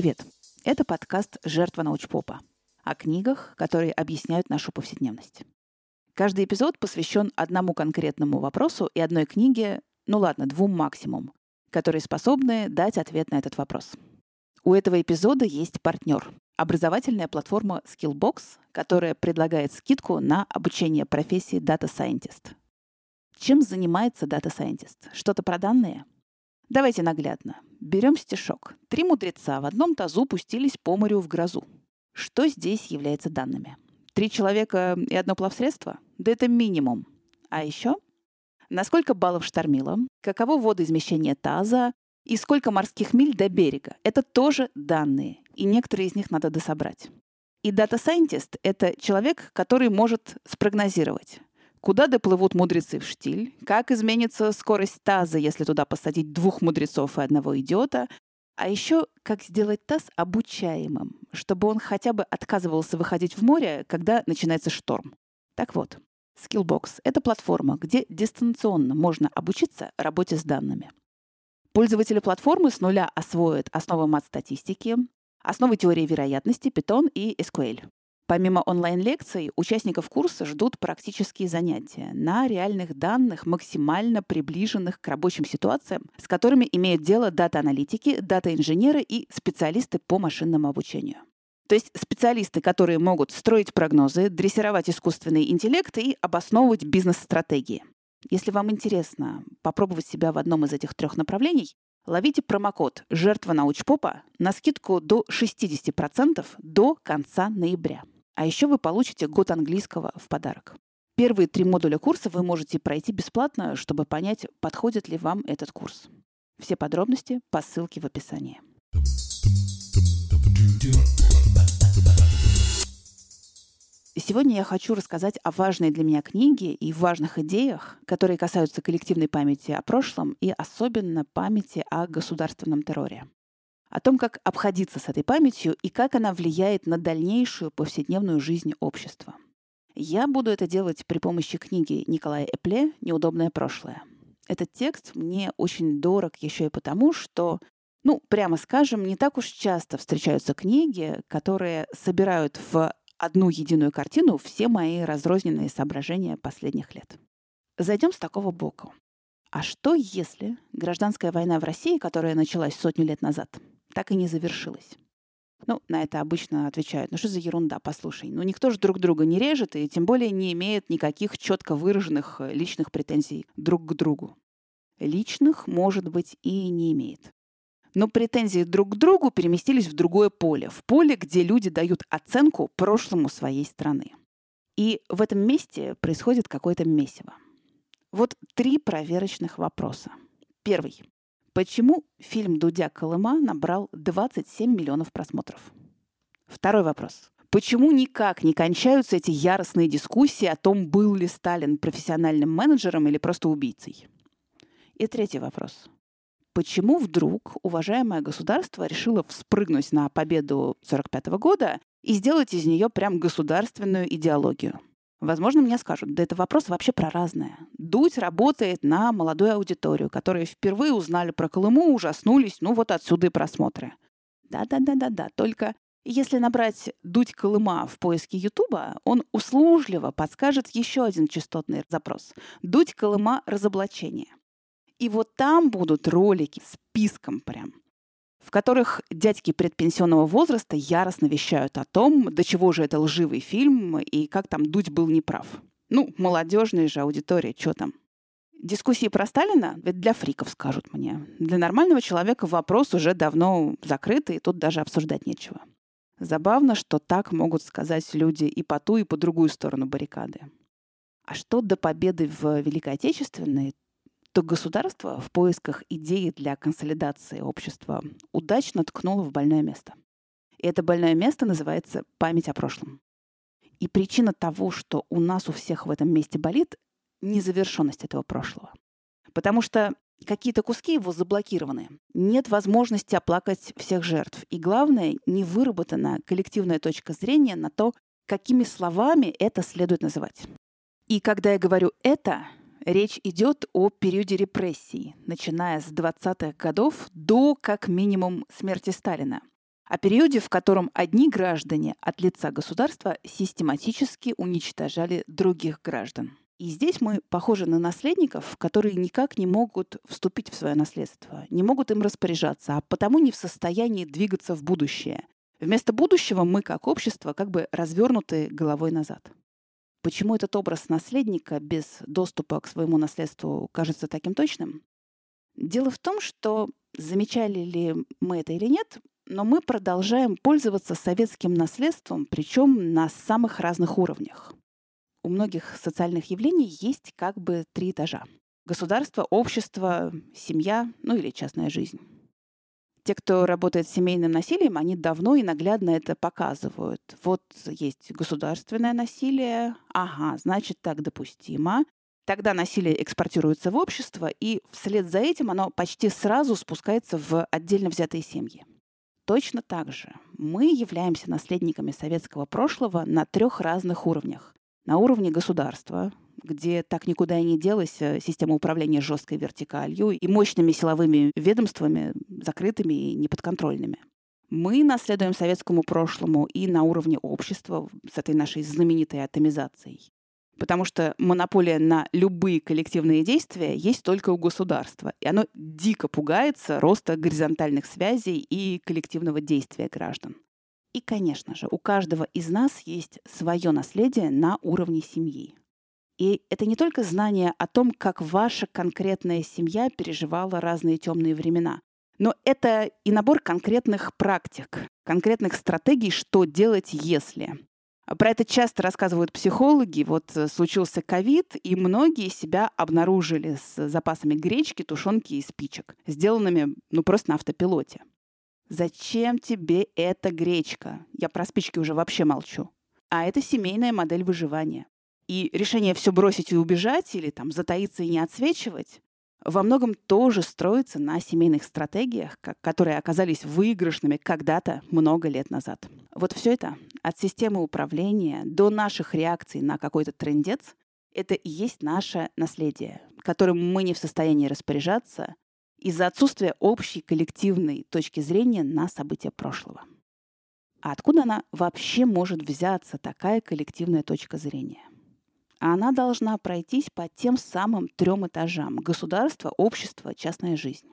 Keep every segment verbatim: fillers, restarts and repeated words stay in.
Привет! Это подкаст «Жертва научпопа» о книгах, которые объясняют нашу повседневность. Каждый эпизод посвящен одному конкретному вопросу и одной книге, ну ладно, двум максимум, которые способны дать ответ на этот вопрос. У этого эпизода есть партнер — образовательная платформа Skillbox, которая предлагает скидку на обучение профессии Data Scientist. Чем занимается Data Scientist? Что-то про данные? Давайте наглядно. Берем стишок. Три мудреца в одном тазу пустились по морю в грозу. Что здесь является данными? Три человека и одно плавсредство? Да это минимум. А еще? Насколько баллов штормило? Каково водоизмещение таза? И сколько морских миль до берега? Это тоже данные. И некоторые из них надо дособрать. И Data Scientist — это человек, который может спрогнозировать, куда доплывут мудрецы в штиль, как изменится скорость таза, если туда посадить двух мудрецов и одного идиота, а еще как сделать таз обучаемым, чтобы он хотя бы отказывался выходить в море, когда начинается шторм. Так вот, Skillbox — это платформа, где дистанционно можно обучиться работе с данными. Пользователи платформы с нуля освоят основы мат-статистики, основы теории вероятности, Python и эс ку эль. Помимо онлайн-лекций, участников курса ждут практические занятия на реальных данных, максимально приближенных к рабочим ситуациям, с которыми имеют дело дата-аналитики, дата-инженеры и специалисты по машинному обучению. То есть специалисты, которые могут строить прогнозы, дрессировать искусственный интеллект и обосновывать бизнес-стратегии. Если вам интересно попробовать себя в одном из этих трех направлений, ловите промокод «Жертва научпопа» на скидку до шестьдесят процентов до конца ноября. А еще вы получите год английского в подарок. Первые три модуля курса вы можете пройти бесплатно, чтобы понять, подходит ли вам этот курс. Все подробности по ссылке в описании. Сегодня я хочу рассказать о важной для меня книге и важных идеях, которые касаются коллективной памяти о прошлом и особенно памяти о государственном терроре. О том, как обходиться с этой памятью и как она влияет на дальнейшую повседневную жизнь общества. Я буду это делать при помощи книги Николая Эпле «Неудобное прошлое». Этот текст мне очень дорог еще и потому, что, ну, прямо скажем, не так уж часто встречаются книги, которые собирают в одну единую картину все мои разрозненные соображения последних лет. Зайдем с такого боку. А что, если гражданская война в России, которая началась сотню лет назад, так и не завершилась? Ну, на это обычно отвечают: ну что за ерунда, послушай. Ну никто же друг друга не режет и тем более не имеет никаких четко выраженных личных претензий друг к другу. Личных, может быть, и не имеет. Но претензии друг к другу переместились в другое поле. В поле, где люди дают оценку прошлому своей страны. И в этом месте происходит какое-то месиво. Вот три проверочных вопроса. Первый. Почему фильм «Дудя, Колыма» набрал двадцать семь миллионов просмотров? Второй вопрос. Почему никак не кончаются эти яростные дискуссии о том, был ли Сталин профессиональным менеджером или просто убийцей? И третий вопрос. Почему вдруг уважаемое государство решило вспрыгнуть на победу сорок пятого года и сделать из нее прям государственную идеологию? Возможно, мне скажут: да это вопрос вообще про разное. Дудь работает на молодую аудиторию, которые впервые узнали про Колыму, ужаснулись, ну вот отсюда и просмотры. Да-да-да-да-да, только если набрать «Дудь Колыма» в поиске Ютуба, он услужливо подскажет еще один частотный запрос. «Дудь Колыма. Разоблачение». И вот там будут ролики с списком прям, в которых дядьки предпенсионного возраста яростно вещают о том, до чего же это лживый фильм и как там Дудь был неправ. Ну, молодежная же аудитория, что там. Дискуссии про Сталина — это для фриков, скажут мне. Для нормального человека вопрос уже давно закрыт, и тут даже обсуждать нечего. Забавно, что так могут сказать люди и по ту, и по другую сторону баррикады. А что до победы в Великой Отечественной, то государство в поисках идеи для консолидации общества удачно ткнуло в больное место. И это больное место называется память о прошлом. И причина того, что у нас у всех в этом месте болит, незавершенность этого прошлого. Потому что какие-то куски его заблокированы. Нет возможности оплакать всех жертв. И главное, не выработана коллективная точка зрения на то, какими словами это следует называть. И когда я говорю «это», речь идет о периоде репрессий, начиная с двадцатых годов до, как минимум, смерти Сталина. о периоде, в котором одни граждане от лица государства систематически уничтожали других граждан. И здесь мы похожи на наследников, которые никак не могут вступить в свое наследство, не могут им распоряжаться, а потому не в состоянии двигаться в будущее. Вместо будущего мы, как общество, как бы развернуты головой назад. Почему этот образ наследника без доступа к своему наследству кажется таким точным? Дело в том, что, замечали ли мы это или нет, но мы продолжаем пользоваться советским наследством, причем на самых разных уровнях. У многих социальных явлений есть как бы три этажа. Государство, общество, семья, ну или частная жизнь. Те, кто работает с семейным насилием, они давно и наглядно это показывают. Вот есть государственное насилие, ага, значит, так допустимо. Тогда насилие экспортируется в общество, и вслед за этим оно почти сразу спускается в отдельно взятые семьи. Точно так же мы являемся наследниками советского прошлого на трех разных уровнях. На уровне государства, где так никуда и не делась система управления жесткой вертикалью и мощными силовыми ведомствами, закрытыми и неподконтрольными. Мы наследуем советскому прошлому и на уровне общества с этой нашей знаменитой атомизацией. Потому что монополия на любые коллективные действия есть только у государства. И оно дико пугается роста горизонтальных связей и коллективного действия граждан. И, конечно же, у каждого из нас есть свое наследие на уровне семьи. И это не только знание о том, как ваша конкретная семья переживала разные темные времена, но это и набор конкретных практик, конкретных стратегий, что делать, если. Про это часто рассказывают психологи. Вот случился ковид, и многие себя обнаружили с запасами гречки, тушенки и спичек, сделанными ну просто на автопилоте. Зачем тебе эта гречка? Я про спички уже вообще молчу. А это семейная модель выживания. И решение все бросить и убежать, или там затаиться и не отсвечивать, во многом тоже строится на семейных стратегиях, которые оказались выигрышными когда-то много лет назад. Вот все это, от системы управления до наших реакций на какой-то трындец, это и есть наше наследие, которым мы не в состоянии распоряжаться из-за отсутствия общей коллективной точки зрения на события прошлого. А откуда она вообще может взяться, такая коллективная точка зрения? Она должна пройтись по тем самым трем этажам: государство, общество, частная жизнь.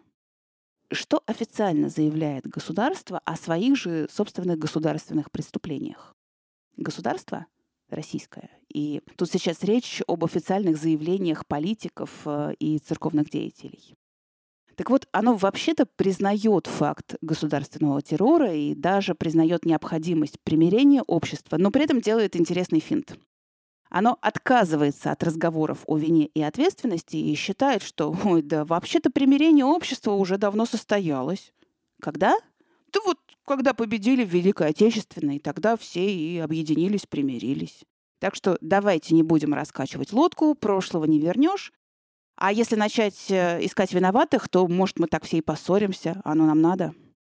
Что официально заявляет государство о своих же собственных государственных преступлениях? Государство российское. И тут сейчас речь об официальных заявлениях политиков и церковных деятелей. Так вот, оно вообще-то признает факт государственного террора и даже признает необходимость примирения общества, но при этом делает интересный финт. Оно отказывается от разговоров о вине и ответственности и считает, что, ой, да вообще-то примирение общества уже давно состоялось. Когда? Да вот, когда победили в Великой Отечественной, тогда все и объединились, примирились. Так что давайте не будем раскачивать лодку, прошлого не вернешь. А если начать искать виноватых, то, может, мы так все и поссоримся, оно нам надо.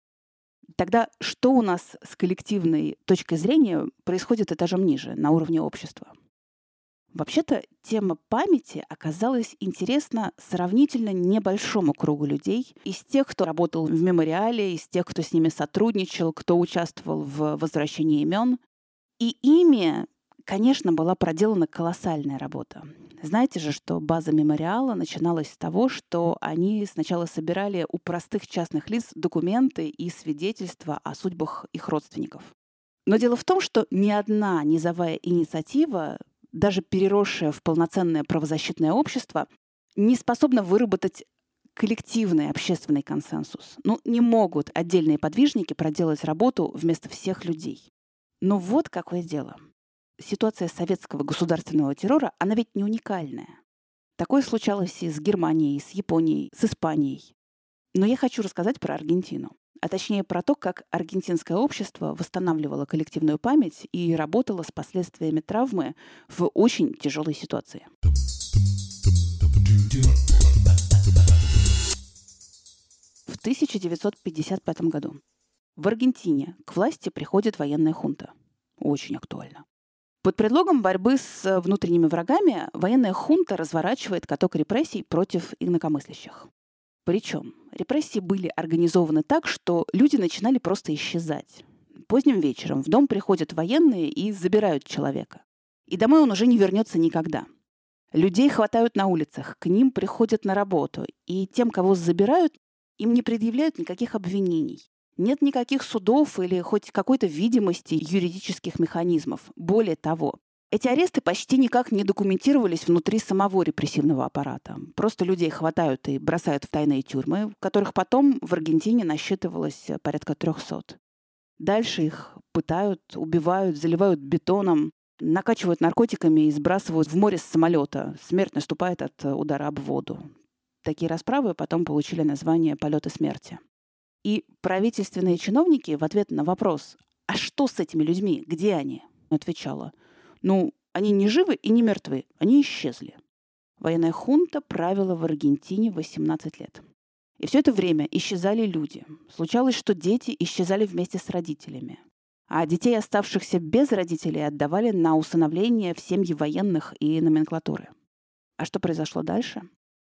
Тогда что у нас с коллективной точкой зрения происходит этажом ниже, на уровне общества? Вообще-то тема памяти оказалась интересна сравнительно небольшому кругу людей. Из тех, кто работал в мемориале, из тех, кто с ними сотрудничал, кто участвовал в возвращении имен. И ими, конечно, была проделана колоссальная работа. Знаете же, что база мемориала начиналась с того, что они сначала собирали у простых частных лиц документы и свидетельства о судьбах их родственников. Но дело в том, что ни одна низовая инициатива, даже переросшая в полноценное правозащитное общество, не способна выработать коллективный общественный консенсус. Ну, не могут отдельные подвижники проделать работу вместо всех людей. Но вот какое дело. Ситуация советского государственного террора, она ведь не уникальная. Такое случалось и с Германией, с Японией, с Испанией. Но я хочу рассказать про Аргентину. А точнее про то, как аргентинское общество восстанавливало коллективную память и работало с последствиями травмы в очень тяжелой ситуации. В тысяча девятьсот пятьдесят пятом году в Аргентине к власти приходит военная хунта. Очень актуально. Под предлогом борьбы с внутренними врагами военная хунта разворачивает каток репрессий против инакомыслящих. Причем репрессии были организованы так, что люди начинали просто исчезать. Поздним вечером в дом приходят военные и забирают человека. И домой он уже не вернется никогда. Людей хватают на улицах, к ним приходят на работу. И тем, кого забирают, им не предъявляют никаких обвинений. Нет никаких судов или хоть какой-то видимости юридических механизмов. Более того, эти аресты почти никак не документировались внутри самого репрессивного аппарата. Просто людей хватают и бросают в тайные тюрьмы, которых потом в Аргентине насчитывалось порядка трехсот. Дальше их пытают, убивают, заливают бетоном, накачивают наркотиками и сбрасывают в море с самолета. Смерть наступает от удара об воду. Такие расправы потом получили название «полеты смерти». И правительственные чиновники в ответ на вопрос «А что с этими людьми? Где они?» отвечала «Ну, они не живы и не мертвы, они исчезли». Военная хунта правила в Аргентине восемнадцать лет. И все это время исчезали люди. Случалось, что дети исчезали вместе с родителями. А детей, оставшихся без родителей, отдавали на усыновление в семьи военных и номенклатуры. А что произошло дальше?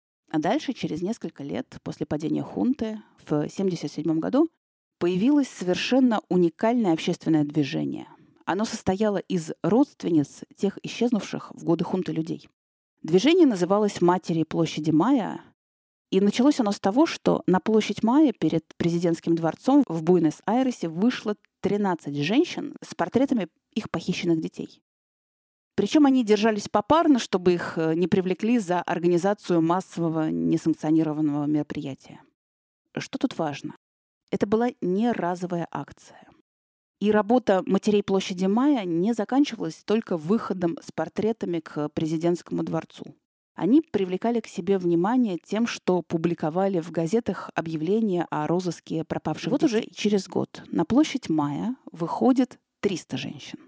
А дальше, через несколько лет после падения хунты, в семьдесят седьмом году, появилось совершенно уникальное общественное движение. Оно состояло из родственниц тех исчезнувших в годы хунты людей. Движение называлось «Матери площади Майя», и началось оно с того, что на площадь Майя перед президентским дворцом в Буэнос-Айресе вышло тринадцать женщин с портретами их похищенных детей. Причем они держались попарно, чтобы их не привлекли за организацию массового несанкционированного мероприятия. Что тут важно? Это была не разовая акция. И работа матерей площади Майя не заканчивалась только выходом с портретами к президентскому дворцу. Они привлекали к себе внимание тем, что публиковали в газетах объявления о розыске пропавших вот детей. Уже через год на площадь Майя выходит триста женщин.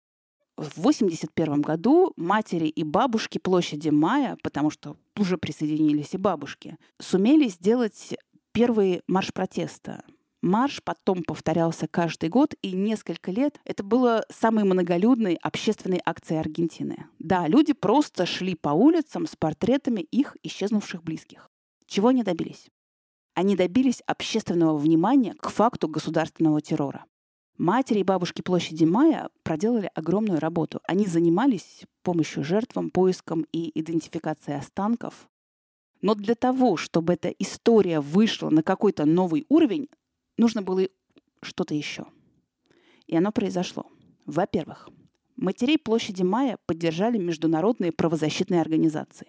В восемьдесят первом году матери и бабушки площади Майя, потому что уже присоединились и бабушки, сумели сделать первый марш протеста. Марш потом повторялся каждый год, и несколько лет это было самой многолюдной общественной акцией Аргентины. Да, люди просто шли по улицам с портретами их исчезнувших близких. Чего они добились? Они добились общественного внимания к факту государственного террора. Матери и бабушки площади Майя проделали огромную работу. Они занимались помощью жертвам, поиском и идентификацией останков. Но для того, чтобы эта история вышла на какой-то новый уровень, нужно было что-то еще. И оно произошло. Во-первых, матерей площади Майя поддержали международные правозащитные организации.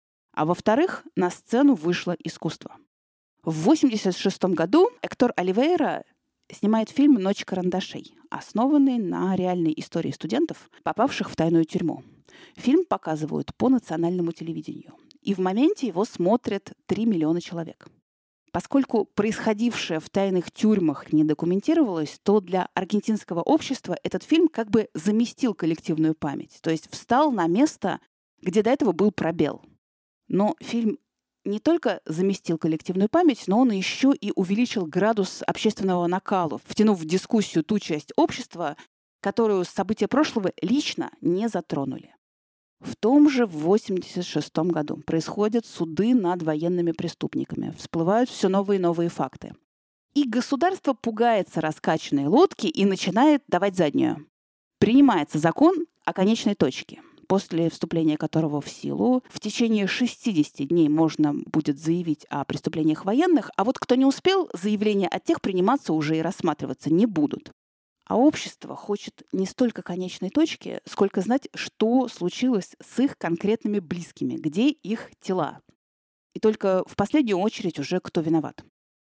А во-вторых, на сцену вышло искусство. В восемьдесят шестом году Эктор Оливейра снимает фильм «Ночь карандашей», основанный на реальной истории студентов, попавших в тайную тюрьму. Фильм показывают по национальному телевидению. И в моменте его смотрят три миллиона человек. Поскольку происходившее в тайных тюрьмах не документировалось, то для аргентинского общества этот фильм как бы заместил коллективную память, то есть встал на место, где до этого был пробел. Но фильм не только заместил коллективную память, но он еще и увеличил градус общественного накала, втянув в дискуссию ту часть общества, которую события прошлого лично не затронули. В том же восемьдесят шестом году происходят суды над военными преступниками. Всплывают все новые и новые факты. И государство пугается раскачанной лодки и начинает давать заднюю. Принимается закон о конечной точке, после вступления которого в силу в течение шестидесяти дней можно будет заявить о преступлениях военных, а вот кто не успел, заявления от тех приниматься уже и рассматриваться не будут. А общество хочет не столько конечной точки, сколько знать, что случилось с их конкретными близкими, где их тела. И только в последнюю очередь уже кто виноват.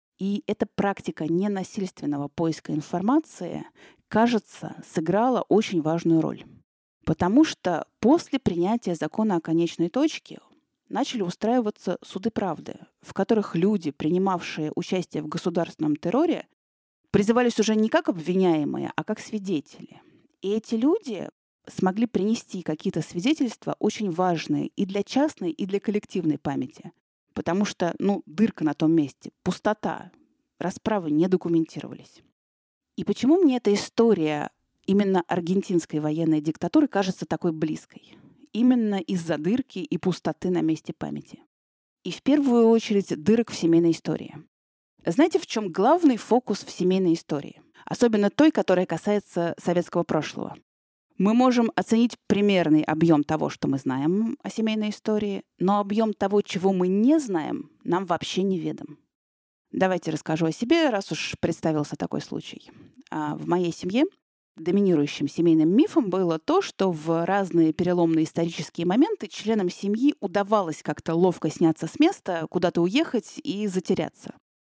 И эта практика ненасильственного поиска информации, кажется, сыграла очень важную роль. Потому что после принятия закона о конечной точке начали устраиваться суды правды, в которых люди, принимавшие участие в государственном терроре, призывались уже не как обвиняемые, а как свидетели. И эти люди смогли принести какие-то свидетельства очень важные и для частной, и для коллективной памяти. Потому что, ну, дырка на том месте, пустота, расправы не документировались. И почему мне эта история именно аргентинской военной диктатуры кажется такой близкой? Именно из-за дырки и пустоты на месте памяти. И в первую очередь дырок в семейной истории. Знаете, в чем главный фокус в семейной истории? Особенно той, которая касается советского прошлого. Мы можем оценить примерный объем того, что мы знаем о семейной истории, но объем того, чего мы не знаем, нам вообще неведом. Давайте расскажу о себе, раз уж представился такой случай. А в моей семье доминирующим семейным мифом было то, что в разные переломные исторические моменты членам семьи удавалось как-то ловко сняться с места, куда-то уехать и затеряться.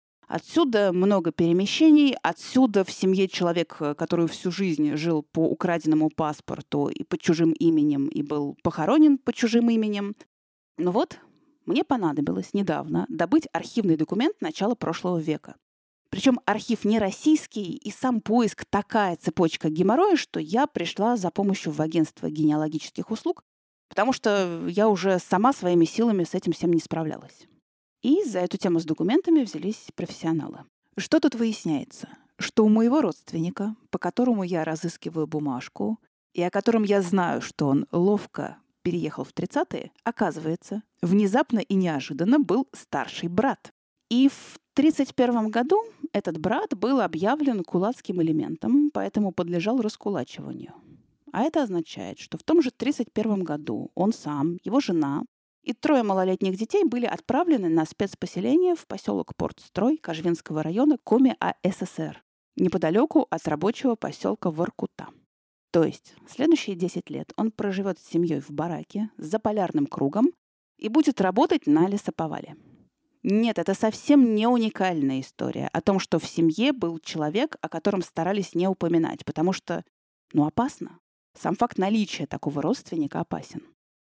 Отсюда много перемещений, отсюда в семье человек, который всю жизнь жил по украденному паспорту и под чужим именем, и был похоронен под чужим именем. Но вот мне понадобилось недавно добыть архивный документ начала прошлого века. Причем архив не российский, и сам поиск такая цепочка геморроя, что я пришла за помощью в агентство генеалогических услуг, потому что я уже сама своими силами с этим всем не справлялась. И за эту тему с документами взялись профессионалы. Что тут выясняется? Что у моего родственника, по которому я разыскиваю бумажку, и о котором я знаю, что он ловко переехал в тридцатые, оказывается, внезапно и неожиданно был старший брат. И в тридцать первом году этот брат был объявлен кулацким элементом, поэтому подлежал раскулачиванию. А это означает, что в том же тридцать первом году он сам, его жена и трое малолетних детей были отправлены на спецпоселение в поселок Портстрой Кожевенского района Коми АССР, неподалеку от рабочего поселка Воркута. То есть следующие десять лет он проживет с семьей в бараке с заполярным кругом и будет работать на лесоповале. Нет, это совсем не уникальная история о том, что в семье был человек, о котором старались не упоминать, потому что, ну, опасно. Сам факт наличия такого родственника опасен.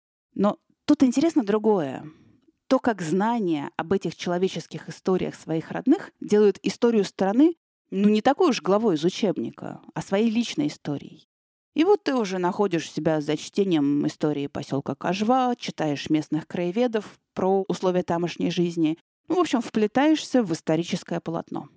Но тут интересно другое. То, как знания об этих человеческих историях своих родных делают историю страны, ну, не такой уж главой из учебника, а своей личной историей. И вот ты уже находишь себя за чтением истории поселка Кожва, читаешь местных краеведов про условия тамошней жизни. Ну, в общем, вплетаешься в историческое полотно.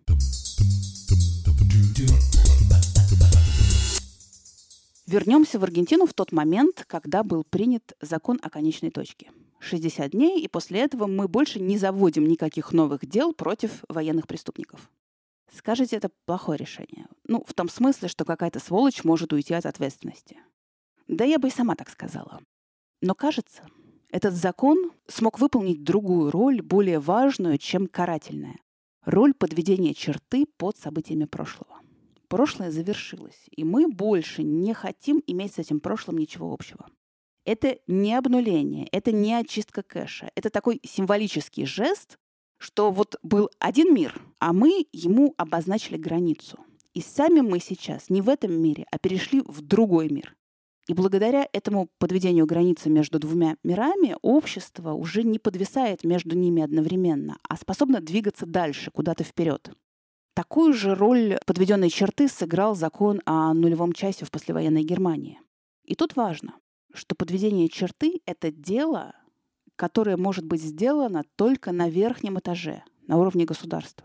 Вернемся в Аргентину в тот момент, когда был принят закон о конечной точке. шестьдесят дней, и после этого мы больше не заводим никаких новых дел против военных преступников. Скажете, это плохое решение. Ну, в том смысле, что какая-то сволочь может уйти от ответственности. Да я бы и сама так сказала. Но кажется, этот закон смог выполнить другую роль, более важную, чем карательная. Роль подведения черты под событиями прошлого. Прошлое завершилось, и мы больше не хотим иметь с этим прошлым ничего общего. Это не обнуление, это не очистка кэша. Это такой символический жест, что вот был один мир, а мы ему обозначили границу. И сами мы сейчас не в этом мире, а перешли в другой мир. И благодаря этому подведению границы между двумя мирами общество уже не подвисает между ними одновременно, а способно двигаться дальше, куда-то вперед. Такую же роль подведенной черты сыграл закон о нулевом часе в послевоенной Германии. И тут важно, что подведение черты — это дело, которое может быть сделано только на верхнем этаже, на уровне государства.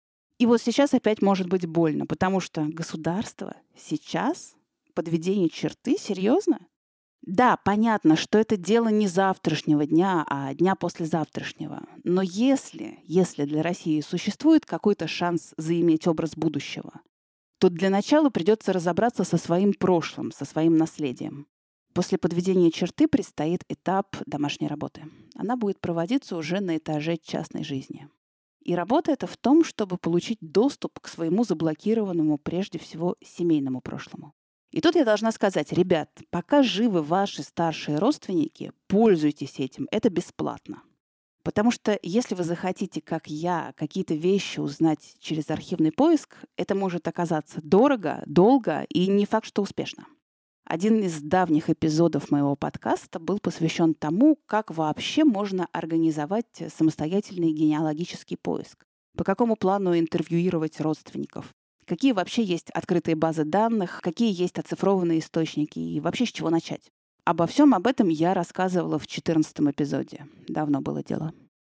И вот сейчас опять может быть больно, потому что государство сейчас подведение черты? Серьезно? Да, понятно, что это дело не завтрашнего дня, а дня послезавтрашнего. Но если, если для России существует какой-то шанс заиметь образ будущего, то для начала придется разобраться со своим прошлым, со своим наследием. После подведения черты предстоит этап домашней работы. Она будет проводиться уже на этаже частной жизни. И работа эта в том, чтобы получить доступ к своему заблокированному прежде всего семейному прошлому. И тут я должна сказать, ребят, пока живы ваши старшие родственники, пользуйтесь этим, это бесплатно. Потому что если вы захотите, как я, какие-то вещи узнать через архивный поиск, это может оказаться дорого, долго и не факт, что успешно. Один из давних эпизодов моего подкаста был посвящен тому, как вообще можно организовать самостоятельный генеалогический поиск, по какому плану интервьюировать родственников, какие вообще есть открытые базы данных, какие есть оцифрованные источники и вообще с чего начать. Обо всем об этом я рассказывала в четырнадцатом эпизоде. Давно было дело.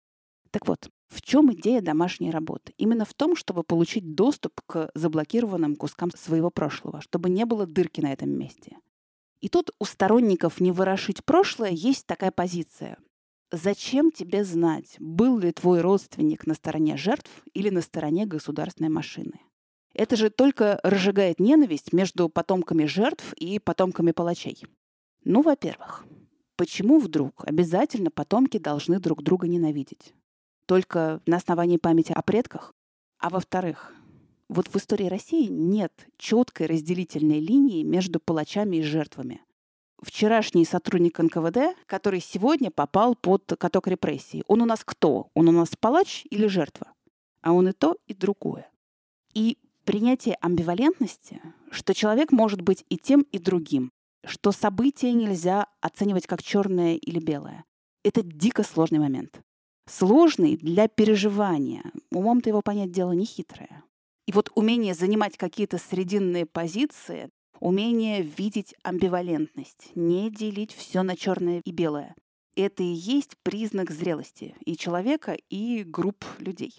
Так вот, в чем идея домашней работы? Именно в том, чтобы получить доступ к заблокированным кускам своего прошлого, чтобы не было дырки на этом месте. И тут у сторонников «не ворошить прошлое» есть такая позиция. зачем тебе знать, был ли твой родственник на стороне жертв или на стороне государственной машины? Это же только разжигает ненависть между потомками жертв и потомками палачей. Ну, во-первых, почему вдруг обязательно потомки должны друг друга ненавидеть? Только на основании памяти о предках? А во-вторых, вот в истории России нет четкой разделительной линии между палачами и жертвами. Вчерашний сотрудник эн ка вэ дэ, который сегодня попал под каток репрессий, он у нас кто? Он у нас палач или жертва? А он и то, и другое. И принятие амбивалентности, что человек может быть и тем, и другим, что события нельзя оценивать как черное или белое, это дико сложный момент. Сложный для переживания. Умом-то его понять дело не хитрое. И вот умение занимать какие-то срединные позиции, умение видеть амбивалентность, не делить все на черное и белое, это и есть признак зрелости и человека, и групп людей.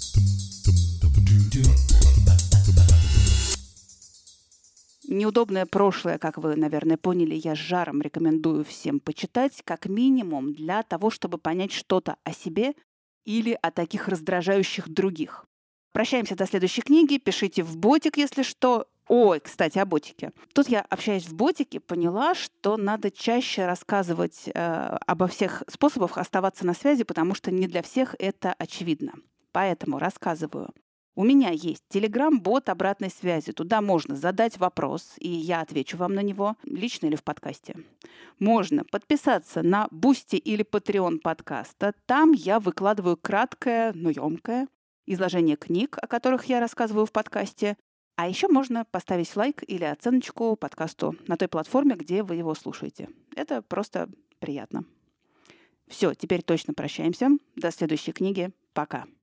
Неудобное прошлое, как вы, наверное, поняли, я с жаром рекомендую всем почитать, как минимум для того, чтобы понять что-то о себе или о таких раздражающих других. Прощаемся до следующей книги. Пишите в ботик, если что. Ой, кстати, о ботике. Тут я, общаясь в ботике, поняла, что надо чаще рассказывать э, обо всех способах оставаться на связи, потому что не для всех это очевидно. Поэтому рассказываю. У меня есть Telegram-бот обратной связи. Туда можно задать вопрос, и я отвечу вам на него, лично или в подкасте. Можно подписаться на Boosty или Patreon подкаста. Там я выкладываю краткое, но емкое изложение книг, о которых я рассказываю в подкасте. А еще можно поставить лайк или оценочку подкасту на той платформе, где вы его слушаете. Это просто приятно. Все, теперь точно прощаемся. До следующей книги. Пока.